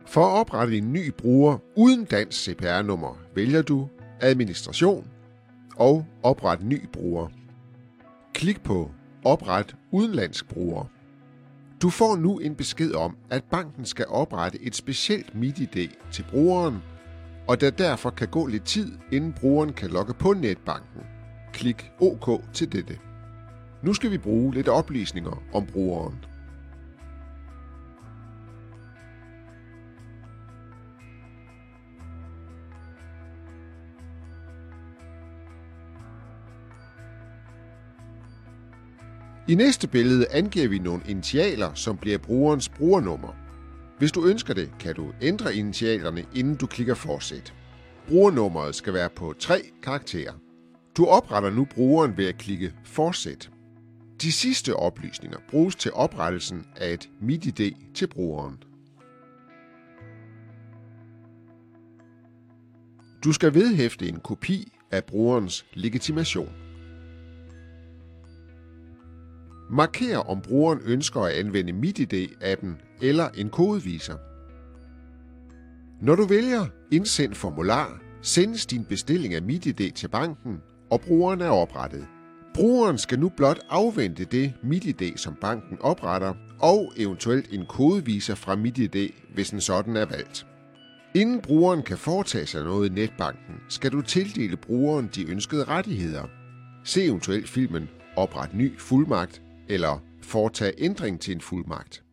For at oprette en ny bruger uden dansk CPR-nummer, vælger du Administration og Opret ny bruger. Klik på Opret udenlandsk bruger. Du får nu en besked om, at banken skal oprette et specielt MitID til brugeren, og der derfor kan gå lidt tid, inden brugeren kan logge på netbanken. Klik OK til dette. Nu skal vi bruge lidt oplysninger om brugeren. I næste billede angiver vi nogle initialer, som bliver brugerens brugernummer. Hvis du ønsker det, kan du ændre initialerne, inden du klikker Fortsæt. Brugernummeret skal være på 3 karakterer. Du opretter nu brugeren ved at klikke Fortsæt. De sidste oplysninger bruges til oprettelsen af et MitID til brugeren. Du skal vedhæfte en kopi af brugerens legitimation. Marker om brugeren ønsker at anvende MitID-appen eller en kodeviser. Når du vælger Indsend formular, sendes din bestilling af MitID til banken, og brugeren er oprettet. Brugeren skal nu blot afvente det MitID, som banken opretter, og eventuelt en kodeviser fra MitID, hvis en sådan er valgt. Inden brugeren kan foretage sig noget i netbanken, skal du tildele brugeren de ønskede rettigheder. Se eventuelt filmen Opret ny fuldmagt eller foretage ændring til en fuldmagt.